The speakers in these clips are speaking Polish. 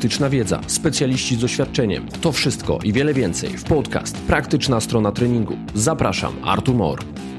praktyczna wiedza, specjaliści z doświadczeniem. To wszystko i wiele więcej w podcast Praktyczna strona treningu. Zapraszam, Artur Mor.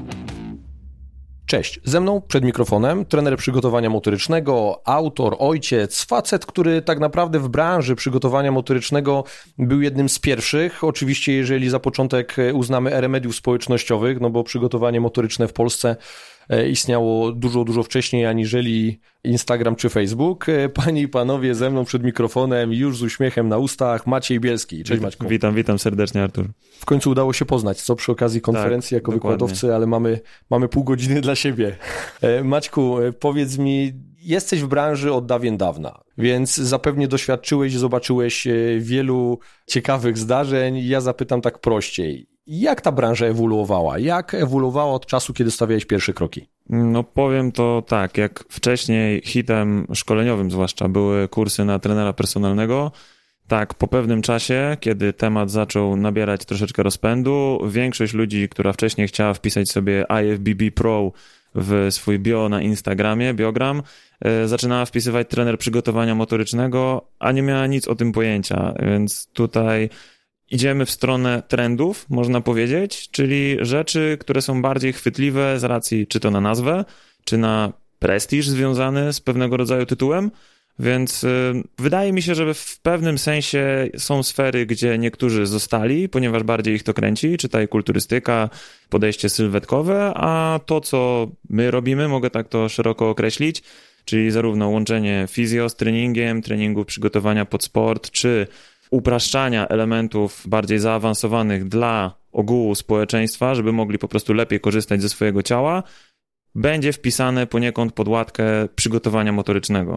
Cześć, ze mną przed mikrofonem trener przygotowania motorycznego, autor, ojciec, facet, który tak naprawdę w branży przygotowania motorycznego był jednym z pierwszych. Oczywiście jeżeli za początek uznamy erę mediów społecznościowych, no bo przygotowanie motoryczne w Polsce istniało dużo wcześniej aniżeli Instagram czy Facebook. Panie i panowie, ze mną przed mikrofonem już z uśmiechem na ustach Maciej Bielski. Cześć Maćku. Witam serdecznie, Artur. W końcu udało się poznać, co przy okazji konferencji jako dokładnie. Wykładowcy, ale mamy pół godziny dla siebie. Maćku, powiedz mi, jesteś w branży od dawien dawna, więc zapewne doświadczyłeś i zobaczyłeś wielu ciekawych zdarzeń. Ja zapytam tak prościej. Jak ta branża ewoluowała? Jak ewoluowała od czasu, kiedy stawiałeś pierwsze kroki? No powiem to tak, jak wcześniej hitem szkoleniowym zwłaszcza były kursy na trenera personalnego, tak po pewnym czasie, kiedy temat zaczął nabierać troszeczkę rozpędu, większość ludzi, która wcześniej chciała wpisać sobie IFBB Pro w swój bio na Instagramie, biogram, zaczynała wpisywać trener przygotowania motorycznego, a nie miała nic o tym pojęcia, więc tutaj idziemy w stronę trendów, można powiedzieć, czyli rzeczy, które są bardziej chwytliwe z racji czy to na nazwę, czy na prestiż związany z pewnego rodzaju tytułem, więc wydaje mi się, że w pewnym sensie są sfery, gdzie niektórzy zostali, ponieważ bardziej ich to kręci, czytaj kulturystyka, podejście sylwetkowe, a to, co my robimy, mogę tak to szeroko określić, czyli zarówno łączenie fizjo z treningiem, treningu przygotowania pod sport, czy upraszczania elementów bardziej zaawansowanych dla ogółu społeczeństwa, żeby mogli po prostu lepiej korzystać ze swojego ciała, będzie wpisane poniekąd pod łatkę przygotowania motorycznego.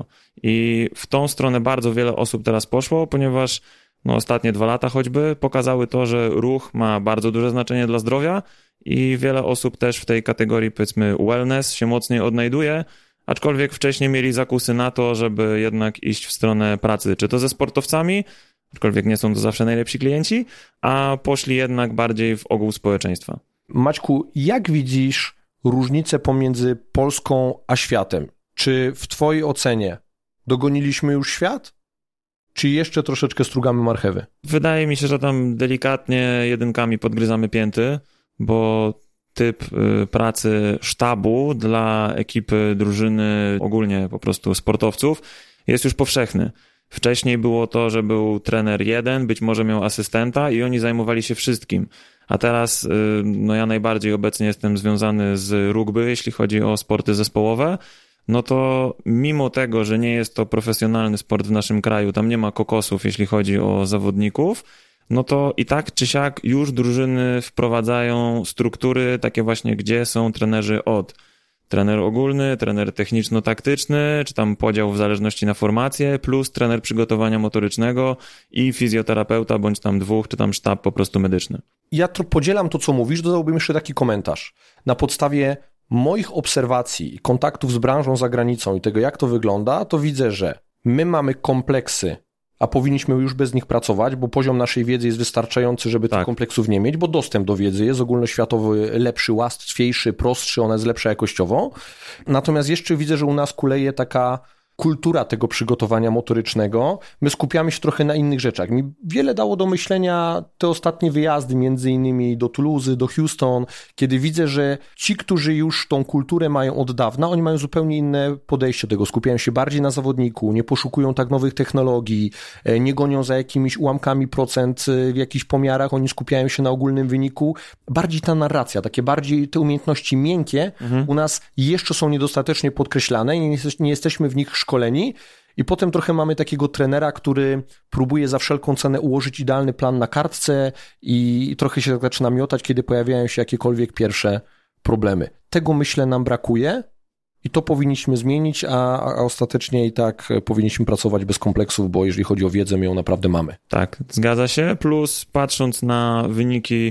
I w tą stronę bardzo wiele osób teraz poszło, ponieważ ostatnie 2 lata choćby pokazały to, że ruch ma bardzo duże znaczenie dla zdrowia i wiele osób też w tej kategorii, powiedzmy, wellness się mocniej odnajduje, aczkolwiek wcześniej mieli zakusy na to, żeby jednak iść w stronę pracy, czy to ze sportowcami, aczkolwiek nie są to zawsze najlepsi klienci, a poszli jednak bardziej w ogół społeczeństwa. Maćku, jak widzisz różnicę pomiędzy Polską a światem? Czy w twojej ocenie dogoniliśmy już świat, czy jeszcze troszeczkę strugamy marchewy? Wydaje mi się, że tam delikatnie jedynkami podgryzamy pięty, bo typ pracy sztabu dla ekipy, drużyny, ogólnie po prostu sportowców jest już powszechny. Wcześniej było to, że był trener jeden, być może miał asystenta i oni zajmowali się wszystkim. A teraz ja najbardziej obecnie jestem związany z rugby, jeśli chodzi o sporty zespołowe, no to mimo tego, że nie jest to profesjonalny sport w naszym kraju, tam nie ma kokosów, jeśli chodzi o zawodników, no to i tak czy siak już drużyny wprowadzają struktury takie właśnie, gdzie są trenerzy od trener ogólny, trener techniczno-taktyczny, czy tam podział w zależności na formację, plus trener przygotowania motorycznego i fizjoterapeuta, bądź tam 2, czy tam sztab po prostu medyczny. Ja podzielam to, co mówisz, dodałbym jeszcze taki komentarz. Na podstawie moich obserwacji i kontaktów z branżą za granicą i tego, jak to wygląda, to widzę, że my mamy kompleksy, a powinniśmy już bez nich pracować, bo poziom naszej wiedzy jest wystarczający, żeby tych kompleksów nie mieć, bo dostęp do wiedzy jest ogólnoświatowy lepszy, łatwiejszy, prostszy, ona jest lepsza jakościowo. Natomiast jeszcze widzę, że u nas kuleje taka kultura tego przygotowania motorycznego. My skupiamy się trochę na innych rzeczach. Mi wiele dało do myślenia te ostatnie wyjazdy, między innymi do Toulouse, do Houston, kiedy widzę, że ci, którzy już tą kulturę mają od dawna, oni mają zupełnie inne podejście do tego. Skupiają się bardziej na zawodniku, nie poszukują tak nowych technologii, nie gonią za jakimiś ułamkami procent w jakichś pomiarach, oni skupiają się na ogólnym wyniku. Bardziej ta narracja, takie bardziej te umiejętności miękkie u nas jeszcze są niedostatecznie podkreślane i nie jesteśmy w nich szkoleni i potem trochę mamy takiego trenera, który próbuje za wszelką cenę ułożyć idealny plan na kartce i trochę się zaczyna miotać, kiedy pojawiają się jakiekolwiek pierwsze problemy. Tego, myślę, nam brakuje i to powinniśmy zmienić, a ostatecznie i tak powinniśmy pracować bez kompleksów, bo jeżeli chodzi o wiedzę, my ją naprawdę mamy. Tak, zgadza się, plus patrząc na wyniki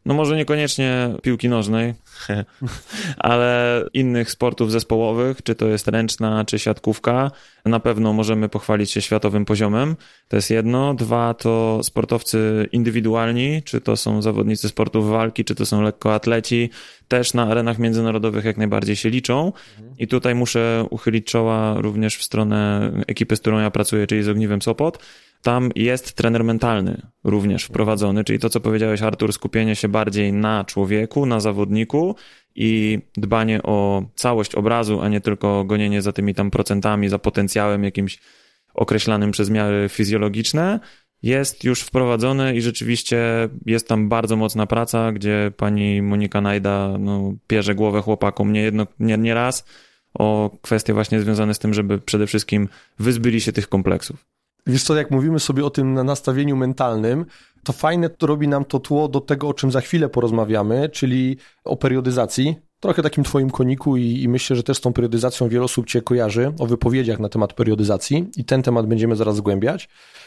no może niekoniecznie piłki nożnej, ale innych sportów zespołowych, czy to jest ręczna, czy siatkówka, na pewno możemy pochwalić się światowym poziomem. To jest jedno. Dwa, to sportowcy indywidualni, czy to są zawodnicy sportów walki, czy to są lekkoatleci, też na arenach międzynarodowych jak najbardziej się liczą. I tutaj muszę uchylić czoła również w stronę ekipy, z którą ja pracuję, czyli z Ogniwem Sopot. Tam jest trener mentalny również wprowadzony, czyli to, co powiedziałeś, Artur, skupienie się bardziej na człowieku, na zawodniku i dbanie o całość obrazu, a nie tylko gonienie za tymi tam procentami, za potencjałem jakimś określanym przez miary fizjologiczne, jest już wprowadzony i rzeczywiście jest tam bardzo mocna praca, gdzie pani Monika Najda pierze głowę chłopakom nie raz o kwestie właśnie związane z tym, żeby przede wszystkim wyzbyli się tych kompleksów. Wiesz co, jak mówimy sobie o tym nastawieniu mentalnym, to fajne to robi nam to tło do tego, o czym za chwilę porozmawiamy, czyli o periodyzacji. Trochę takim twoim koniku i myślę, że też z tą periodyzacją wiele osób cię kojarzy, o wypowiedziach na temat periodyzacji i ten temat będziemy zaraz zgłębiać.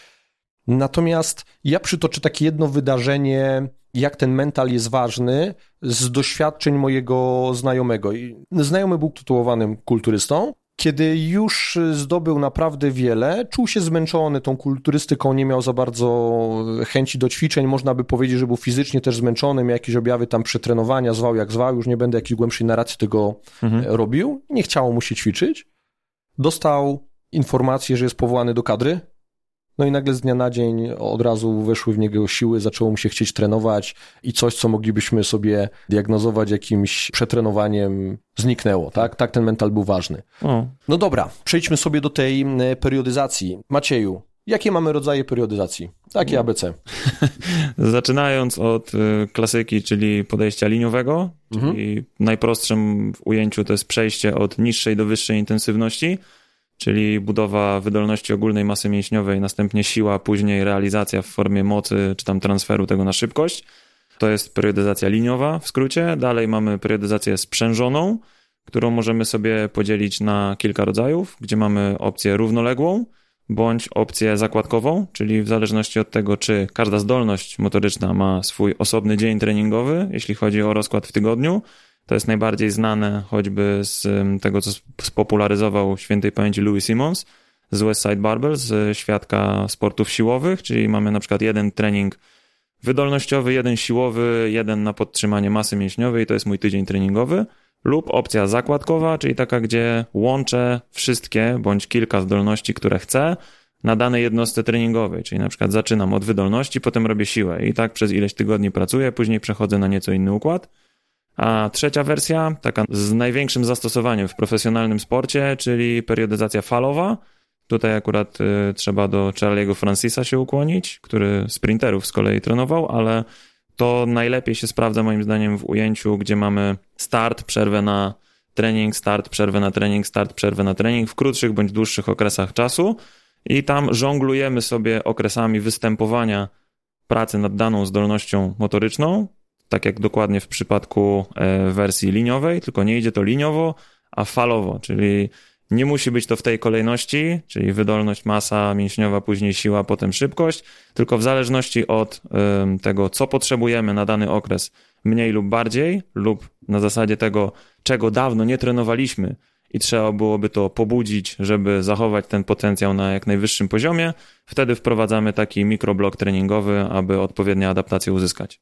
Natomiast ja przytoczę takie jedno wydarzenie, jak ten mental jest ważny z doświadczeń mojego znajomego. Znajomy był tytułowanym kulturystą. Kiedy już zdobył naprawdę wiele, czuł się zmęczony tą kulturystyką, nie miał za bardzo chęci do ćwiczeń, można by powiedzieć, że był fizycznie też zmęczony, miał jakieś objawy tam przetrenowania, zwał jak zwał, już nie będę jakiejś głębszej narracji tego robił, nie chciało mu się ćwiczyć, dostał informację, że jest powołany do kadry, no i nagle z dnia na dzień od razu weszły w niego siły, zaczęło mu się chcieć trenować i coś, co moglibyśmy sobie diagnozować jakimś przetrenowaniem, zniknęło, tak? Tak ten mental był ważny. No dobra, przejdźmy sobie do tej periodyzacji. Macieju, jakie mamy rodzaje periodyzacji? Takie ABC. Zaczynając od klasyki, czyli podejścia liniowego, czyli najprostszym w ujęciu to jest przejście od niższej do wyższej intensywności, czyli budowa wydolności ogólnej masy mięśniowej, następnie siła, później realizacja w formie mocy, czy tam transferu tego na szybkość. To jest periodyzacja liniowa w skrócie. Dalej mamy periodyzację sprzężoną, którą możemy sobie podzielić na kilka rodzajów, gdzie mamy opcję równoległą, bądź opcję zakładkową, czyli w zależności od tego, czy każda zdolność motoryczna ma swój osobny dzień treningowy, jeśli chodzi o rozkład w tygodniu. To jest najbardziej znane choćby z tego, co spopularyzował świętej pamięci Louis Simmons z Westside Barbell, z świadka sportów siłowych, czyli mamy na przykład jeden trening wydolnościowy, jeden siłowy, jeden na podtrzymanie masy mięśniowej, to jest mój tydzień treningowy, lub opcja zakładkowa, czyli taka, gdzie łączę wszystkie bądź kilka zdolności, które chcę na danej jednostce treningowej, czyli na przykład zaczynam od wydolności, potem robię siłę i tak przez ileś tygodni pracuję, później przechodzę na nieco inny układ. A trzecia wersja, taka z największym zastosowaniem w profesjonalnym sporcie, czyli periodyzacja falowa. Tutaj akurat trzeba do Charlie'ego Francisa się ukłonić, który sprinterów z kolei trenował, ale to najlepiej się sprawdza moim zdaniem w ujęciu, gdzie mamy start, przerwę na trening, start, przerwę na trening, start, przerwę na trening w krótszych bądź dłuższych okresach czasu i tam żonglujemy sobie okresami występowania pracy nad daną zdolnością motoryczną, tak jak dokładnie w przypadku wersji liniowej, tylko nie idzie to liniowo, a falowo, czyli nie musi być to w tej kolejności, czyli wydolność, masa mięśniowa, później siła, potem szybkość, tylko w zależności od tego, co potrzebujemy na dany okres, mniej lub bardziej, lub na zasadzie tego, czego dawno nie trenowaliśmy i trzeba byłoby to pobudzić, żeby zachować ten potencjał na jak najwyższym poziomie, wtedy wprowadzamy taki mikroblok treningowy, aby odpowiednie adaptacje uzyskać.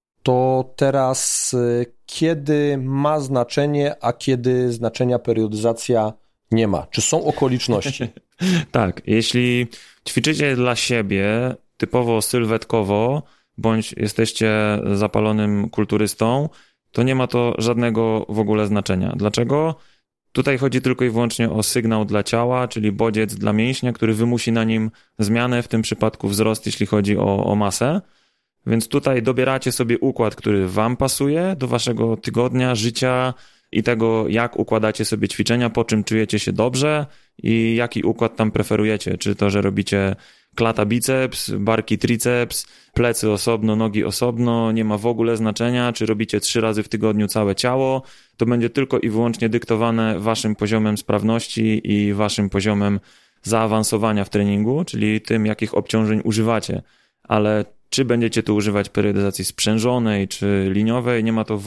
To teraz kiedy ma znaczenie, a kiedy znaczenia periodyzacja nie ma? Czy są okoliczności? Tak, jeśli ćwiczycie dla siebie typowo sylwetkowo, bądź jesteście zapalonym kulturystą, to nie ma to żadnego w ogóle znaczenia. Dlaczego? Tutaj chodzi tylko i wyłącznie o sygnał dla ciała, czyli bodziec dla mięśnia, który wymusi na nim zmianę, w tym przypadku wzrost, jeśli chodzi o masę. Więc tutaj dobieracie sobie układ, który wam pasuje do waszego tygodnia, życia i tego, jak układacie sobie ćwiczenia, po czym czujecie się dobrze i jaki układ tam preferujecie. Czy to, że robicie klata biceps, barki triceps, plecy osobno, nogi osobno, nie ma w ogóle znaczenia, czy robicie 3 razy w tygodniu całe ciało, to będzie tylko i wyłącznie dyktowane waszym poziomem sprawności i waszym poziomem zaawansowania w treningu, czyli tym, jakich obciążeń używacie. Ale czy będziecie tu używać periodyzacji sprzężonej, czy liniowej, nie ma to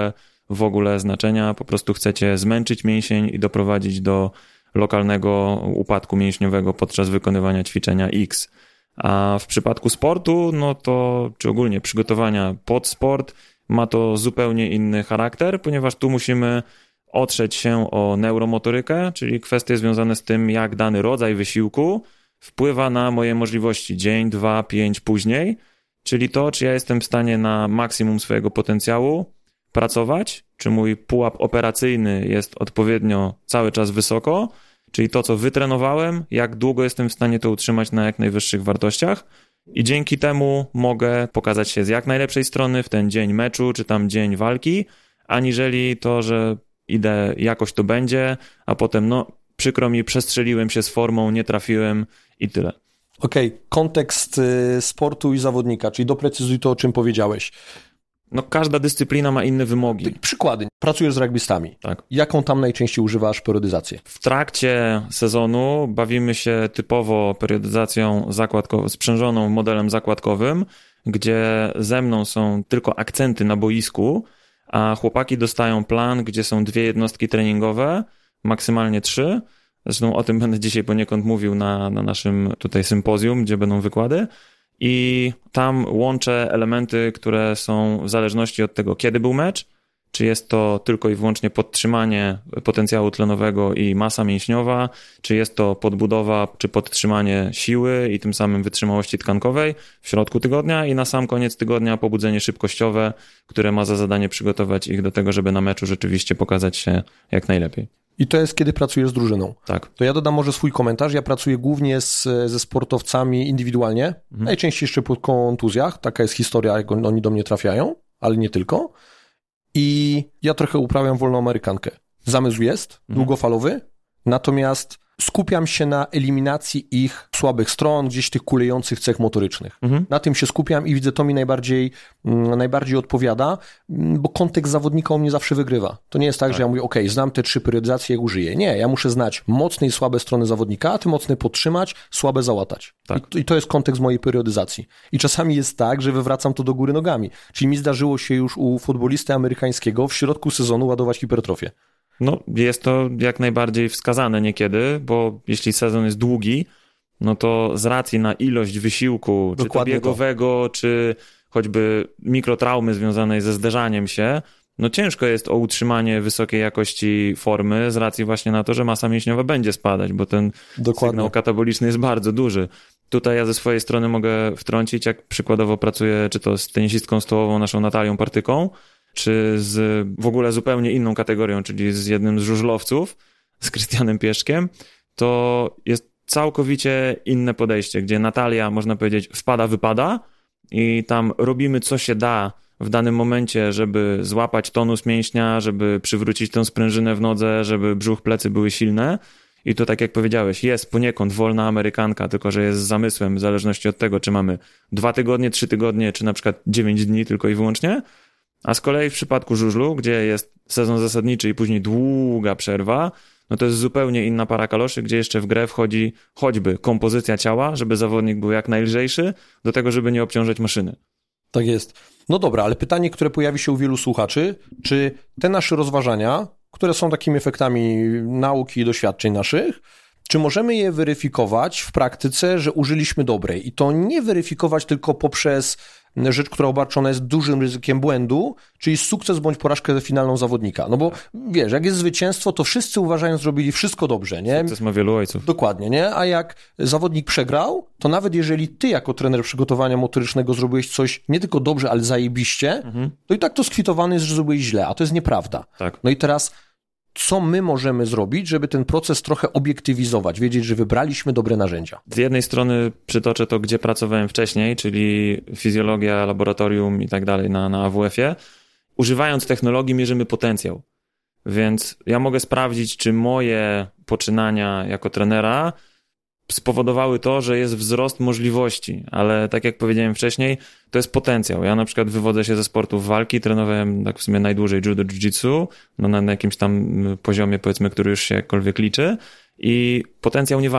w ogóle znaczenia, po prostu chcecie zmęczyć mięsień i doprowadzić do lokalnego upadku mięśniowego podczas wykonywania ćwiczenia X. A w przypadku sportu, no to, czy ogólnie przygotowania pod sport, ma to zupełnie inny charakter, ponieważ tu musimy otrzeć się o neuromotorykę, czyli kwestie związane z tym, jak dany rodzaj wysiłku wpływa na moje możliwości dzień, 2, 5 później, czyli to, czy ja jestem w stanie na maksimum swojego potencjału pracować, czy mój pułap operacyjny jest odpowiednio cały czas wysoko, czyli to, co wytrenowałem, jak długo jestem w stanie to utrzymać na jak najwyższych wartościach i dzięki temu mogę pokazać się z jak najlepszej strony w ten dzień meczu, czy tam dzień walki, aniżeli to, że idę, jakoś to będzie, a potem przykro mi, przestrzeliłem się z formą, nie trafiłem i tyle. Okej, kontekst sportu i zawodnika, czyli doprecyzuj to, o czym powiedziałeś. No każda dyscyplina ma inne wymogi. Przykłady. Pracujesz z rugbystami. Tak. Jaką tam najczęściej używasz periodyzację? W trakcie sezonu bawimy się typowo periodyzacją sprzężoną modelem zakładkowym, gdzie ze mną są tylko akcenty na boisku, a chłopaki dostają plan, gdzie są 2 jednostki treningowe, maksymalnie 3. Zresztą o tym będę dzisiaj poniekąd mówił na naszym tutaj sympozjum, gdzie będą wykłady. I tam łączę elementy, które są w zależności od tego, kiedy był mecz, czy jest to tylko i wyłącznie podtrzymanie potencjału tlenowego i masa mięśniowa, czy jest to podbudowa, czy podtrzymanie siły i tym samym wytrzymałości tkankowej w środku tygodnia i na sam koniec tygodnia pobudzenie szybkościowe, które ma za zadanie przygotować ich do tego, żeby na meczu rzeczywiście pokazać się jak najlepiej. I to jest, kiedy pracujesz z drużyną. Tak. To ja dodam może swój komentarz. Ja pracuję głównie ze sportowcami indywidualnie, najczęściej jeszcze po kontuzjach. Taka jest historia, jak oni do mnie trafiają, ale nie tylko. I ja trochę uprawiam wolną amerykankę. Zamysł jest długofalowy, natomiast skupiam się na eliminacji ich słabych stron, gdzieś tych kulejących cech motorycznych. Na tym się skupiam i widzę, to mi najbardziej odpowiada, bo kontekst zawodnika u mnie zawsze wygrywa. To nie jest tak, że ja mówię, znam te 3 periodyzacje, jak użyję. Nie, ja muszę znać mocne i słabe strony zawodnika, a te mocne podtrzymać, słabe załatać. Tak. I to jest kontekst mojej periodyzacji. I czasami jest tak, że wywracam to do góry nogami. Czyli mi zdarzyło się już u futbolisty amerykańskiego w środku sezonu ładować hipertrofię. No, jest to jak najbardziej wskazane niekiedy, bo jeśli sezon jest długi, no to z racji na ilość wysiłku, czy to biegowego, czy choćby mikrotraumy związanej ze zderzaniem się, no ciężko jest o utrzymanie wysokiej jakości formy z racji właśnie na to, że masa mięśniowa będzie spadać, bo ten sygnał kataboliczny jest bardzo duży. Tutaj ja ze swojej strony mogę wtrącić, jak przykładowo pracuję czy to z tenisistką stołową, naszą Natalią Partyką, czy z w ogóle zupełnie inną kategorią, czyli z jednym z żużlowców, z Krystianem Pieszkiem, to jest całkowicie inne podejście, gdzie Natalia, można powiedzieć, wpada, wypada i tam robimy co się da w danym momencie, żeby złapać tonus mięśnia, żeby przywrócić tę sprężynę w nodze, żeby brzuch, plecy były silne. I to tak jak powiedziałeś, jest poniekąd wolna amerykanka, tylko że jest z zamysłem w zależności od tego, czy mamy 2 tygodnie, 3 tygodnie, czy na przykład 9 dni tylko i wyłącznie. A z kolei w przypadku żużlu, gdzie jest sezon zasadniczy i później długa przerwa, no to jest zupełnie inna para kaloszy, gdzie jeszcze w grę wchodzi choćby kompozycja ciała, żeby zawodnik był jak najlżejszy, do tego, żeby nie obciążać maszyny. Tak jest. No dobra, ale pytanie, które pojawi się u wielu słuchaczy, czy te nasze rozważania, które są takimi efektami nauki i doświadczeń naszych, czy możemy je weryfikować w praktyce, że użyliśmy dobrej? I to nie weryfikować tylko poprzez rzecz, która obarczona jest dużym ryzykiem błędu, czyli sukces bądź porażkę finalną zawodnika. No bo wiesz, jak jest zwycięstwo, to wszyscy uważają, że zrobili wszystko dobrze, nie? Sukces ma wielu ojców. Dokładnie, nie? A jak zawodnik przegrał, to nawet jeżeli ty jako trener przygotowania motorycznego zrobiłeś coś nie tylko dobrze, ale zajebiście, to i tak to skwitowane jest, że zrobiłeś źle, a to jest nieprawda. Tak. No i teraz co my możemy zrobić, żeby ten proces trochę obiektywizować, wiedzieć, że wybraliśmy dobre narzędzia? Z jednej strony przytoczę to, gdzie pracowałem wcześniej, czyli fizjologia, laboratorium i tak dalej na AWF-ie. Używając technologii mierzymy potencjał. Więc ja mogę sprawdzić, czy moje poczynania jako trenera spowodowały to, że jest wzrost możliwości, ale tak jak powiedziałem wcześniej, to jest potencjał. Ja na przykład wywodzę się ze sportów walki, trenowałem tak w sumie najdłużej judo, jiu-jitsu, na jakimś tam poziomie, powiedzmy, który już się jakkolwiek liczy i potencjał nie walczy.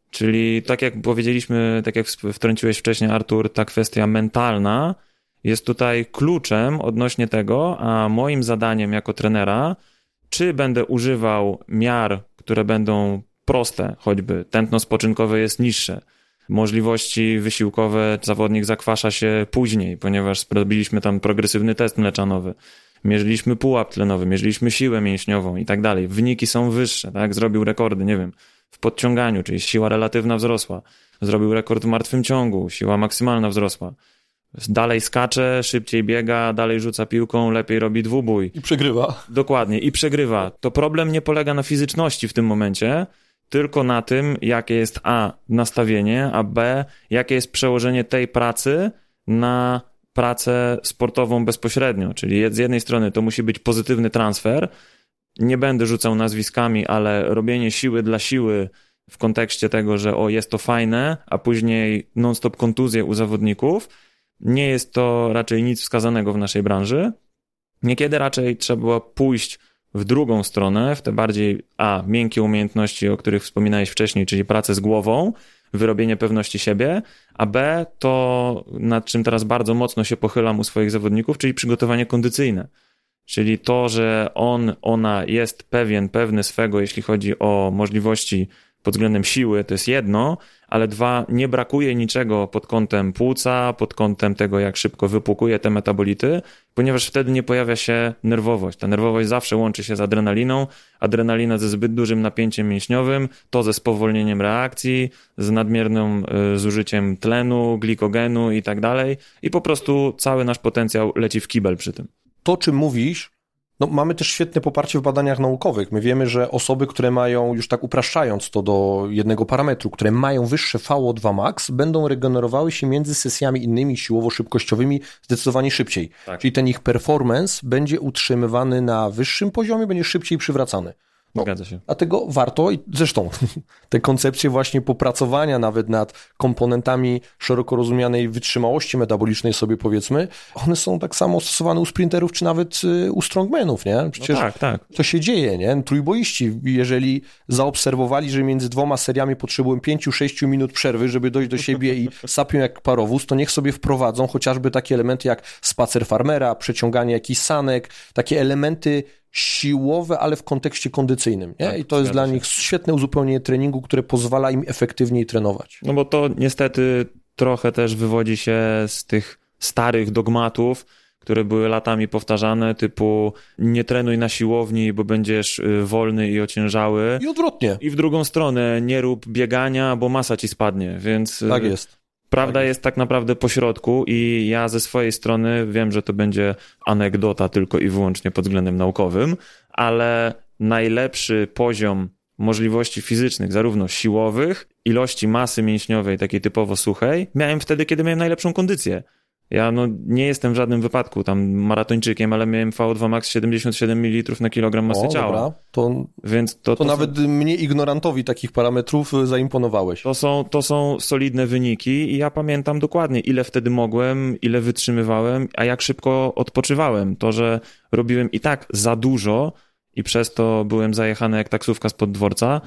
Czyli tak jak powiedzieliśmy, tak jak wtrąciłeś wcześniej, Artur, ta kwestia mentalna jest tutaj kluczem odnośnie tego, a moim zadaniem jako trenera, czy będę używał miar, które będą proste, choćby tętno spoczynkowe jest niższe, możliwości wysiłkowe zawodnik zakwasza się później, ponieważ zrobiliśmy tam progresywny test mleczanowy, mierzyliśmy pułap tlenowy, mierzyliśmy siłę mięśniową i tak dalej. Wyniki są wyższe, tak? Zrobił rekordy, nie wiem, w podciąganiu, czyli siła relatywna wzrosła. Zrobił rekord w martwym ciągu, siła maksymalna wzrosła. Dalej skacze, szybciej biega, dalej rzuca piłką, lepiej robi dwubój. I przegrywa. Dokładnie, i przegrywa. To problem nie polega na fizyczności w tym momencie, tylko na tym, jakie jest A, nastawienie, a B, jakie jest przełożenie tej pracy na pracę sportową bezpośrednio. Czyli z jednej strony to musi być pozytywny transfer, nie będę rzucał nazwiskami, ale robienie siły dla siły w kontekście tego, że jest to fajne, a później non-stop kontuzje u zawodników, nie jest to raczej nic wskazanego w naszej branży. Niekiedy raczej trzeba pójść w drugą stronę, w te bardziej miękkie umiejętności, o których wspominałeś wcześniej, czyli pracę z głową, wyrobienie pewności siebie, a B to, nad czym teraz bardzo mocno się pochylam u swoich zawodników, czyli przygotowanie kondycyjne. Czyli to, że ona jest pewny swego, jeśli chodzi o możliwości pod względem siły, to jest jedno, ale dwa, nie brakuje niczego pod kątem płuca, pod kątem tego, jak szybko wypłukuje te metabolity, ponieważ wtedy nie pojawia się nerwowość. Ta nerwowość zawsze łączy się z adrenaliną, adrenalina ze zbyt dużym napięciem mięśniowym, to ze spowolnieniem reakcji, z nadmiernym zużyciem tlenu, glikogenu i tak dalej i po prostu cały nasz potencjał leci w kibel przy tym. To, o czym mówisz, mamy też świetne poparcie w badaniach naukowych. My wiemy, że osoby, które mają, już tak upraszczając to do jednego parametru, które mają wyższe VO2 max, będą regenerowały się między sesjami innymi siłowo-szybkościowymi zdecydowanie szybciej. Tak. Czyli ten ich performance będzie utrzymywany na wyższym poziomie, będzie szybciej przywracany. Zgadza się. Dlatego warto, i zresztą te koncepcje właśnie popracowania nawet nad komponentami szeroko rozumianej wytrzymałości metabolicznej sobie powiedzmy, one są tak samo stosowane u sprinterów czy nawet u strongmanów, nie? Przecież tak. To się dzieje, nie? Trójboiści, jeżeli zaobserwowali, że między dwoma seriami potrzebują 5-6 minut przerwy, żeby dojść do siebie i sapią jak parowóz, to niech sobie wprowadzą chociażby takie elementy jak spacer farmera, przeciąganie jakichś sanek, takie elementy siłowe, ale w kontekście kondycyjnym. Nie? Tak, i to jest dla nich świetne uzupełnienie treningu, które pozwala im efektywniej trenować. No bo to niestety trochę też wywodzi się z tych starych dogmatów, które były latami powtarzane, typu nie trenuj na siłowni, bo będziesz wolny i ociężały. I odwrotnie. I w drugą stronę nie rób biegania, bo masa ci spadnie, więc... Tak jest. Prawda jest tak naprawdę po środku i ja ze swojej strony wiem, że to będzie anegdota tylko i wyłącznie pod względem naukowym, ale najlepszy poziom możliwości fizycznych, zarówno siłowych, ilości masy mięśniowej, takiej typowo suchej, miałem wtedy, kiedy miałem najlepszą kondycję. Ja nie jestem w żadnym wypadku tam maratończykiem, ale miałem VO2 max 77 ml na kilogram masy ciała. Dobra. Więc to nawet mnie ignorantowi takich parametrów zaimponowałeś. To są solidne wyniki i ja pamiętam dokładnie, ile wtedy mogłem, ile wytrzymywałem, a jak szybko odpoczywałem. To, że robiłem i tak za dużo i przez to byłem zajechany jak taksówka spod dworca,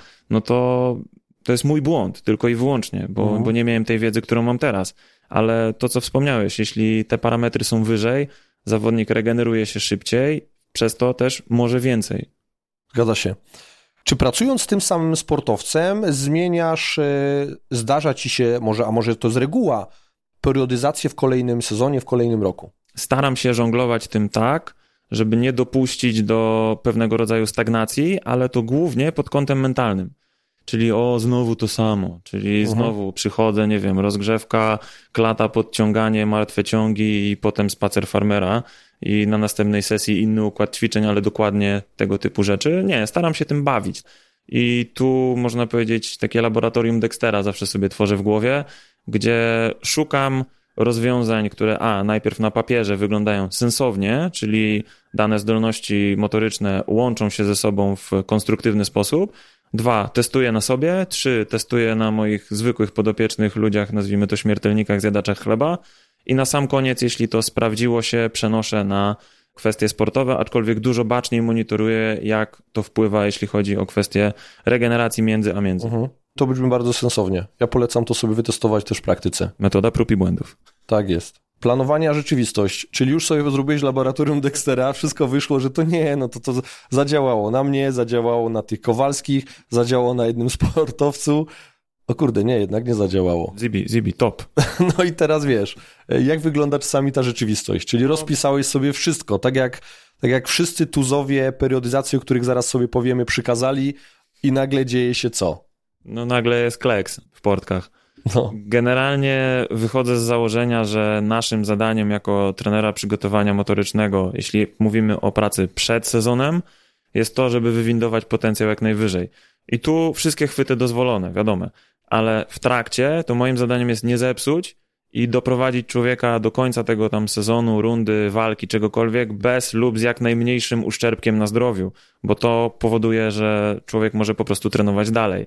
to jest mój błąd, tylko i wyłącznie, bo nie miałem tej wiedzy, którą mam teraz. Ale to, co wspomniałeś, jeśli te parametry są wyżej, zawodnik regeneruje się szybciej, przez to też może więcej. Zgadza się. Czy pracując z tym samym sportowcem zdarza ci się, a może to jest reguła, periodyzację w kolejnym sezonie, w kolejnym roku? Staram się żonglować tym tak, żeby nie dopuścić do pewnego rodzaju stagnacji, ale to głównie pod kątem mentalnym. Czyli znowu to samo, czyli znowu przychodzę, nie wiem, rozgrzewka, klata, podciąganie, martwe ciągi i potem spacer farmera i na następnej sesji inny układ ćwiczeń, ale dokładnie tego typu rzeczy. Nie, staram się tym bawić. I tu można powiedzieć takie laboratorium Dextera zawsze sobie tworzę w głowie, gdzie szukam rozwiązań, które najpierw na papierze wyglądają sensownie, czyli dane zdolności motoryczne łączą się ze sobą w konstruktywny sposób. 2, testuję na sobie. 3, testuję na moich zwykłych podopiecznych ludziach, nazwijmy to śmiertelnikach, zjadaczach chleba. I na sam koniec, jeśli to sprawdziło się, przenoszę na kwestie sportowe, aczkolwiek dużo baczniej monitoruję, jak to wpływa, jeśli chodzi o kwestie regeneracji między. To brzmi bardzo sensownie. Ja polecam to sobie wytestować też w praktyce. Metoda prób i błędów. Tak jest. Planowanie a rzeczywistość, czyli już sobie zrobiłeś laboratorium Dextera, wszystko wyszło, że to nie, no to zadziałało na mnie, zadziałało na tych Kowalskich, zadziałało na jednym sportowcu. O kurde, nie, jednak nie zadziałało. Zibi, top. No i teraz wiesz, jak wygląda czasami ta rzeczywistość, czyli rozpisałeś sobie wszystko, tak jak wszyscy tuzowie periodyzacji, o których zaraz sobie powiemy, przykazali i nagle dzieje się co? No nagle jest kleks w portkach. No. Generalnie wychodzę z założenia, że naszym zadaniem jako trenera przygotowania motorycznego, jeśli mówimy o pracy przed sezonem, jest to, żeby wywindować potencjał jak najwyżej. I tu wszystkie chwyty dozwolone, wiadomo. Ale w trakcie to moim zadaniem jest nie zepsuć i doprowadzić człowieka do końca tego tam sezonu, rundy, walki, czegokolwiek, bez lub z jak najmniejszym uszczerbkiem na zdrowiu, bo to powoduje, że człowiek może po prostu trenować dalej.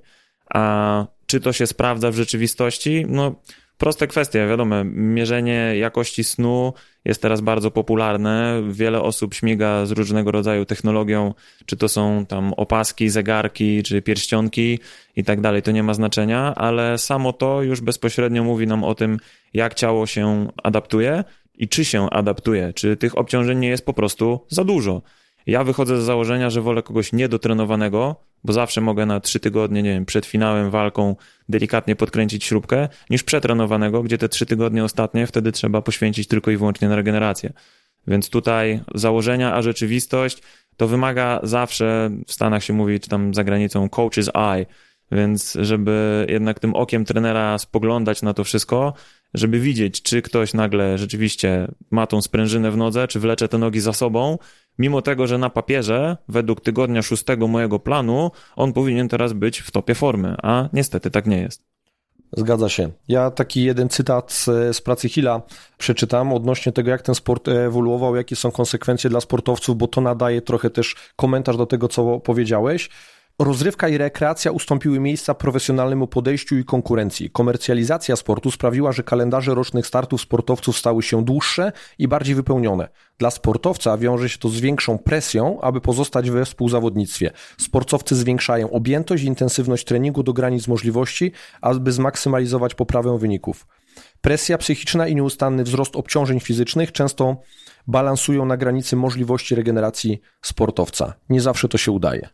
A czy to się sprawdza w rzeczywistości? No, proste kwestie, wiadomo, mierzenie jakości snu jest teraz bardzo popularne, wiele osób śmiga z różnego rodzaju technologią, czy to są tam opaski, zegarki, czy pierścionki i tak dalej, to nie ma znaczenia, ale samo to już bezpośrednio mówi nam o tym, jak ciało się adaptuje i czy się adaptuje, czy tych obciążeń nie jest po prostu za dużo. Ja wychodzę z założenia, że wolę kogoś niedotrenowanego, bo zawsze mogę na 3 tygodnie, nie wiem, przed finałem, walką delikatnie podkręcić śrubkę, niż przetrenowanego, gdzie te 3 tygodnie ostatnie wtedy trzeba poświęcić tylko i wyłącznie na regenerację. Więc tutaj założenia, a rzeczywistość to wymaga zawsze, w Stanach się mówi, czy tam za granicą, coach's eye, więc żeby jednak tym okiem trenera spoglądać na to wszystko, żeby widzieć, czy ktoś nagle rzeczywiście ma tą sprężynę w nodze, czy wlecze te nogi za sobą, mimo tego, że na papierze, według tygodnia 6 mojego planu, on powinien teraz być w topie formy, a niestety tak nie jest. Zgadza się. Ja taki jeden cytat z pracy Hilla przeczytam odnośnie tego, jak ten sport ewoluował, jakie są konsekwencje dla sportowców, bo to nadaje trochę też komentarz do tego, co powiedziałeś. Rozrywka i rekreacja ustąpiły miejsca profesjonalnemu podejściu i konkurencji. Komercjalizacja sportu sprawiła, że kalendarze rocznych startów sportowców stały się dłuższe i bardziej wypełnione. Dla sportowca wiąże się to z większą presją, aby pozostać we współzawodnictwie. Sportowcy zwiększają objętość i intensywność treningu do granic możliwości, aby zmaksymalizować poprawę wyników. Presja psychiczna i nieustanny wzrost obciążeń fizycznych często balansują na granicy możliwości regeneracji sportowca. Nie zawsze to się udaje.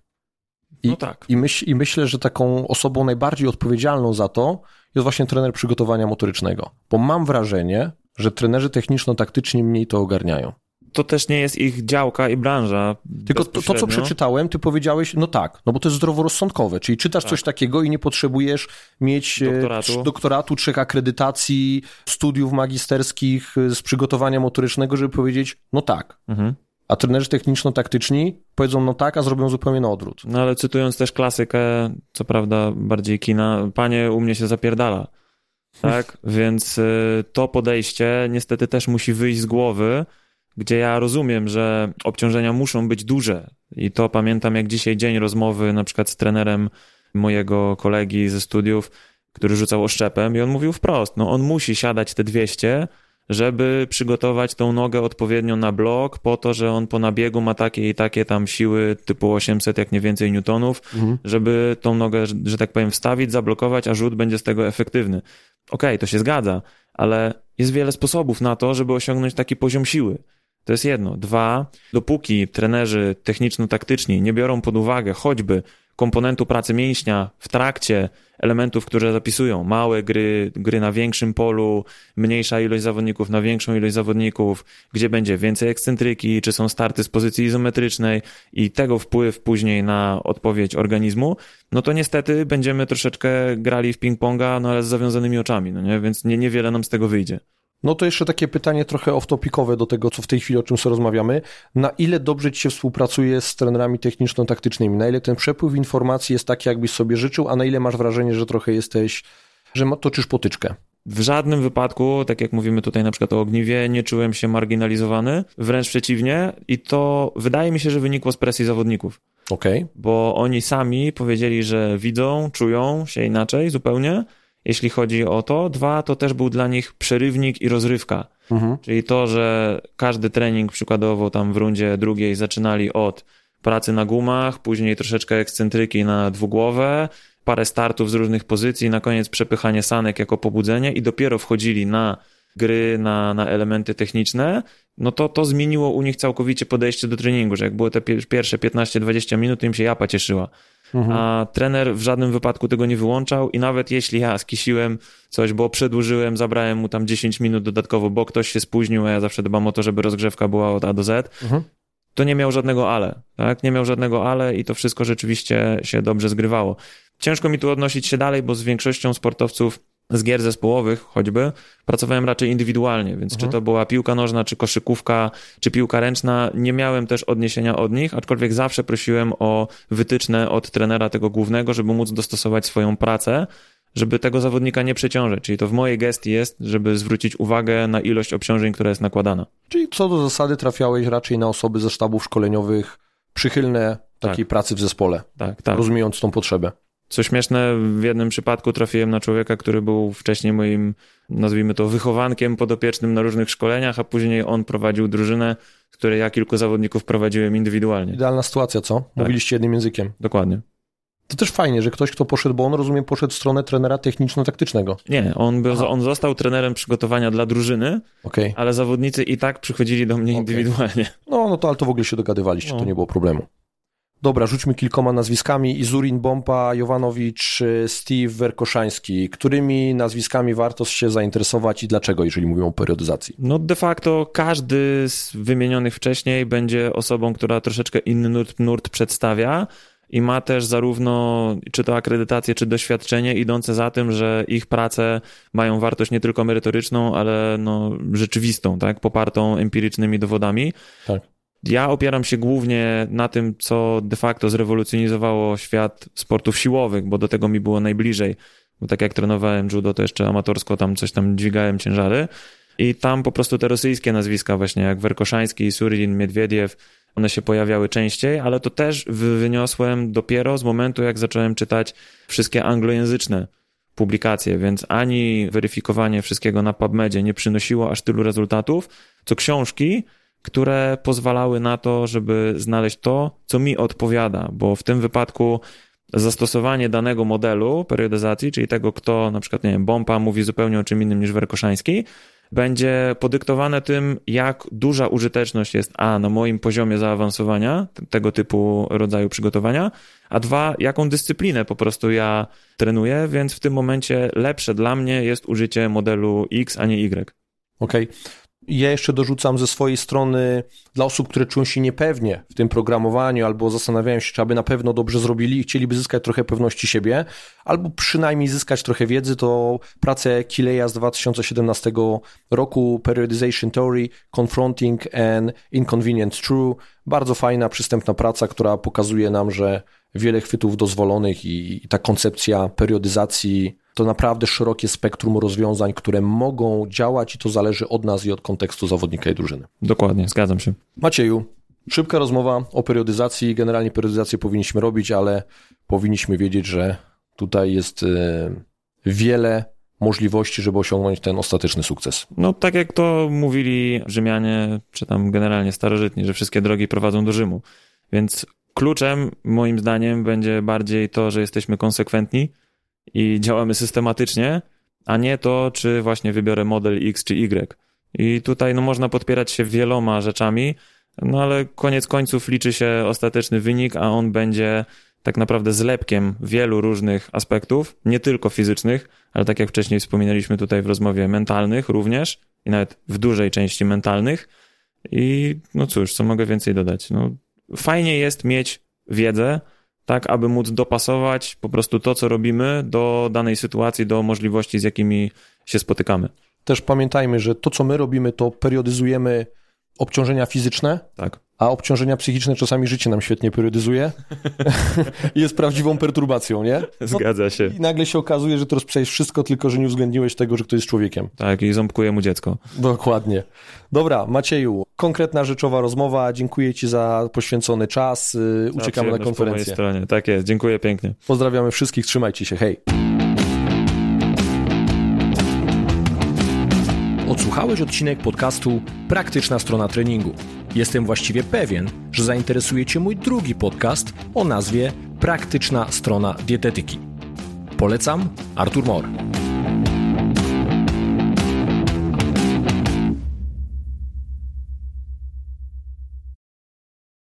No tak. I myślę, że taką osobą najbardziej odpowiedzialną za to jest właśnie trener przygotowania motorycznego. Bo mam wrażenie, że trenerzy techniczno-taktyczni mniej to ogarniają. To też nie jest ich działka i branża. Tylko to, co przeczytałem, ty powiedziałeś, no tak, no bo to jest zdroworozsądkowe, czyli czytasz coś takiego i nie potrzebujesz mieć doktoratu, 3 akredytacji, studiów magisterskich z przygotowania motorycznego, żeby powiedzieć, no tak. Mhm. A trenerzy techniczno-taktyczni powiedzą no tak, a zrobią zupełnie na odwrót. No ale cytując też klasykę, co prawda bardziej kina, panie u mnie się zapierdala. Tak? Więc to podejście niestety też musi wyjść z głowy, gdzie ja rozumiem, że obciążenia muszą być duże. I to pamiętam jak dzisiaj dzień rozmowy na przykład z trenerem mojego kolegi ze studiów, który rzucał oszczepem i on mówił wprost, no on musi siadać te 200, żeby przygotować tą nogę odpowiednio na blok, po to, że on po nabiegu ma takie i takie tam siły typu 800, jak nie więcej newtonów, żeby tą nogę, że tak powiem, wstawić, zablokować, a rzut będzie z tego efektywny. Okej, to się zgadza, ale jest wiele sposobów na to, żeby osiągnąć taki poziom siły. To jest jedno. 2, dopóki trenerzy techniczno-taktyczni nie biorą pod uwagę choćby komponentu pracy mięśnia w trakcie elementów, które zapisują, małe gry na większym polu, mniejsza ilość zawodników na większą ilość zawodników, gdzie będzie więcej ekscentryki, czy są starty z pozycji izometrycznej i tego wpływ później na odpowiedź organizmu, no to niestety będziemy troszeczkę grali w ping-ponga, no ale z zawiązanymi oczami, no nie? Więc niewiele nam z tego wyjdzie. No to jeszcze takie pytanie trochę off-topicowe do tego, co w tej chwili, o czym sobie rozmawiamy. Na ile dobrze ci się współpracuje z trenerami techniczno-taktycznymi? Na ile ten przepływ informacji jest taki, jakbyś sobie życzył, a na ile masz wrażenie, że trochę jesteś, że toczysz potyczkę? W żadnym wypadku, tak jak mówimy tutaj na przykład o Ogniwie, nie czułem się marginalizowany, wręcz przeciwnie i to wydaje mi się, że wynikło z presji zawodników. Okej. Bo oni sami powiedzieli, że widzą, czują się inaczej zupełnie, jeśli chodzi o to. 2, to też był dla nich przerywnik i rozrywka. Czyli to, że każdy trening przykładowo tam w rundzie drugiej zaczynali od pracy na gumach, później troszeczkę ekscentryki na dwugłowę, parę startów z różnych pozycji, na koniec przepychanie sanek jako pobudzenie i dopiero wchodzili na gry, na elementy techniczne, no to zmieniło u nich całkowicie podejście do treningu, że jak były te pierwsze 15-20 minut, to im się japa cieszyła. A trener w żadnym wypadku tego nie wyłączał i nawet jeśli ja skisiłem coś, bo przedłużyłem, zabrałem mu tam 10 minut dodatkowo, bo ktoś się spóźnił, a ja zawsze dbam o to, żeby rozgrzewka była od A do Z, to nie miał żadnego ale, tak? Nie miał żadnego ale i to wszystko rzeczywiście się dobrze zgrywało. Ciężko mi tu odnosić się dalej, bo z większością sportowców z gier zespołowych choćby pracowałem raczej indywidualnie, więc czy to była piłka nożna, czy koszykówka, czy piłka ręczna, nie miałem też odniesienia od nich, aczkolwiek zawsze prosiłem o wytyczne od trenera tego głównego, żeby móc dostosować swoją pracę, żeby tego zawodnika nie przeciążyć. Czyli to w mojej gestii jest, żeby zwrócić uwagę na ilość obciążeń, która jest nakładana. Czyli co do zasady trafiałeś raczej na osoby ze sztabów szkoleniowych przychylne takiej pracy w zespole, rozumiejąc tą potrzebę. Co śmieszne, w jednym przypadku trafiłem na człowieka, który był wcześniej moim, nazwijmy to, wychowankiem podopiecznym na różnych szkoleniach, a później on prowadził drużynę, z której ja kilku zawodników prowadziłem indywidualnie. Idealna sytuacja, co? Mówiliście jednym językiem. Dokładnie. To też fajnie, że ktoś, kto poszedł, bo on, rozumiem, poszedł w stronę trenera techniczno-taktycznego. Nie, on został trenerem przygotowania dla drużyny, ale zawodnicy i tak przychodzili do mnie indywidualnie. No to ale to w ogóle się dogadywaliście, to nie było problemu. Dobra, rzućmy kilkoma nazwiskami. Izurin Bompa, Jovanowicz, Steve Werkoszański. Którymi nazwiskami warto się zainteresować i dlaczego, jeżeli mówimy o periodyzacji? No de facto każdy z wymienionych wcześniej będzie osobą, która troszeczkę inny nurt przedstawia i ma też zarówno czy to akredytację, czy doświadczenie idące za tym, że ich prace mają wartość nie tylko merytoryczną, ale rzeczywistą, tak, popartą empirycznymi dowodami. Tak. Ja opieram się głównie na tym, co de facto zrewolucjonizowało świat sportów siłowych, bo do tego mi było najbliżej, bo tak jak trenowałem judo, to jeszcze amatorsko tam coś tam dźwigałem ciężary i tam po prostu te rosyjskie nazwiska właśnie jak Werkoszański, Surin, Miedwiediew, one się pojawiały częściej, ale to też wyniosłem dopiero z momentu, jak zacząłem czytać wszystkie anglojęzyczne publikacje, więc ani weryfikowanie wszystkiego na PubMedzie nie przynosiło aż tylu rezultatów, co książki, które pozwalały na to, żeby znaleźć to, co mi odpowiada, bo w tym wypadku zastosowanie danego modelu periodyzacji, czyli tego, kto na przykład, Bompa mówi zupełnie o czym innym niż Werkoszański, będzie podyktowane tym, jak duża użyteczność jest na moim poziomie zaawansowania tego typu rodzaju przygotowania, a dwa, jaką dyscyplinę po prostu ja trenuję, więc w tym momencie lepsze dla mnie jest użycie modelu X, a nie Y. Okej. Ja jeszcze dorzucam ze swojej strony dla osób, które czują się niepewnie w tym programowaniu albo zastanawiają się, czy aby na pewno dobrze zrobili i chcieliby zyskać trochę pewności siebie, albo przynajmniej zyskać trochę wiedzy, to pracę Kileya z 2017 roku Periodization Theory, Confronting an Inconvenient True. Bardzo fajna, przystępna praca, która pokazuje nam, że wiele chwytów dozwolonych i ta koncepcja periodyzacji to naprawdę szerokie spektrum rozwiązań, które mogą działać i to zależy od nas i od kontekstu zawodnika i drużyny. Dokładnie, zgadzam się. Macieju, szybka rozmowa o periodyzacji. Generalnie periodyzację powinniśmy robić, ale powinniśmy wiedzieć, że tutaj jest wiele możliwości, żeby osiągnąć ten ostateczny sukces. No tak jak to mówili Rzymianie, czy tam generalnie starożytni, że wszystkie drogi prowadzą do Rzymu. Więc kluczem moim zdaniem będzie bardziej to, że jesteśmy konsekwentni i działamy systematycznie, a nie to, czy właśnie wybiorę model X czy Y. I tutaj można podpierać się wieloma rzeczami, ale koniec końców liczy się ostateczny wynik, a on będzie tak naprawdę zlepkiem wielu różnych aspektów, nie tylko fizycznych, ale tak jak wcześniej wspominaliśmy tutaj w rozmowie, mentalnych również i nawet w dużej części mentalnych. I cóż, co mogę więcej dodać? Fajnie jest mieć wiedzę, tak aby móc dopasować po prostu to, co robimy do danej sytuacji, do możliwości, z jakimi się spotykamy. Też pamiętajmy, że to, co my robimy, to periodyzujemy obciążenia fizyczne, tak, a obciążenia psychiczne czasami życie nam świetnie periodyzuje i jest prawdziwą perturbacją, nie? Zgadza się. I nagle się okazuje, że to rozpisałeś wszystko, tylko że nie uwzględniłeś tego, że ktoś jest człowiekiem. Tak, i ząbkuje mu dziecko. Dokładnie. Dobra, Macieju, konkretna rzeczowa rozmowa. Dziękuję Ci za poświęcony czas. Uciekamy na konferencję. Po mojej stronie. Tak jest, dziękuję pięknie. Pozdrawiamy wszystkich, trzymajcie się, hej. Odsłuchałeś odcinek podcastu Praktyczna strona treningu. Jestem właściwie pewien, że zainteresuje Cię mój drugi podcast o nazwie Praktyczna strona dietetyki. Polecam, Artur Mor.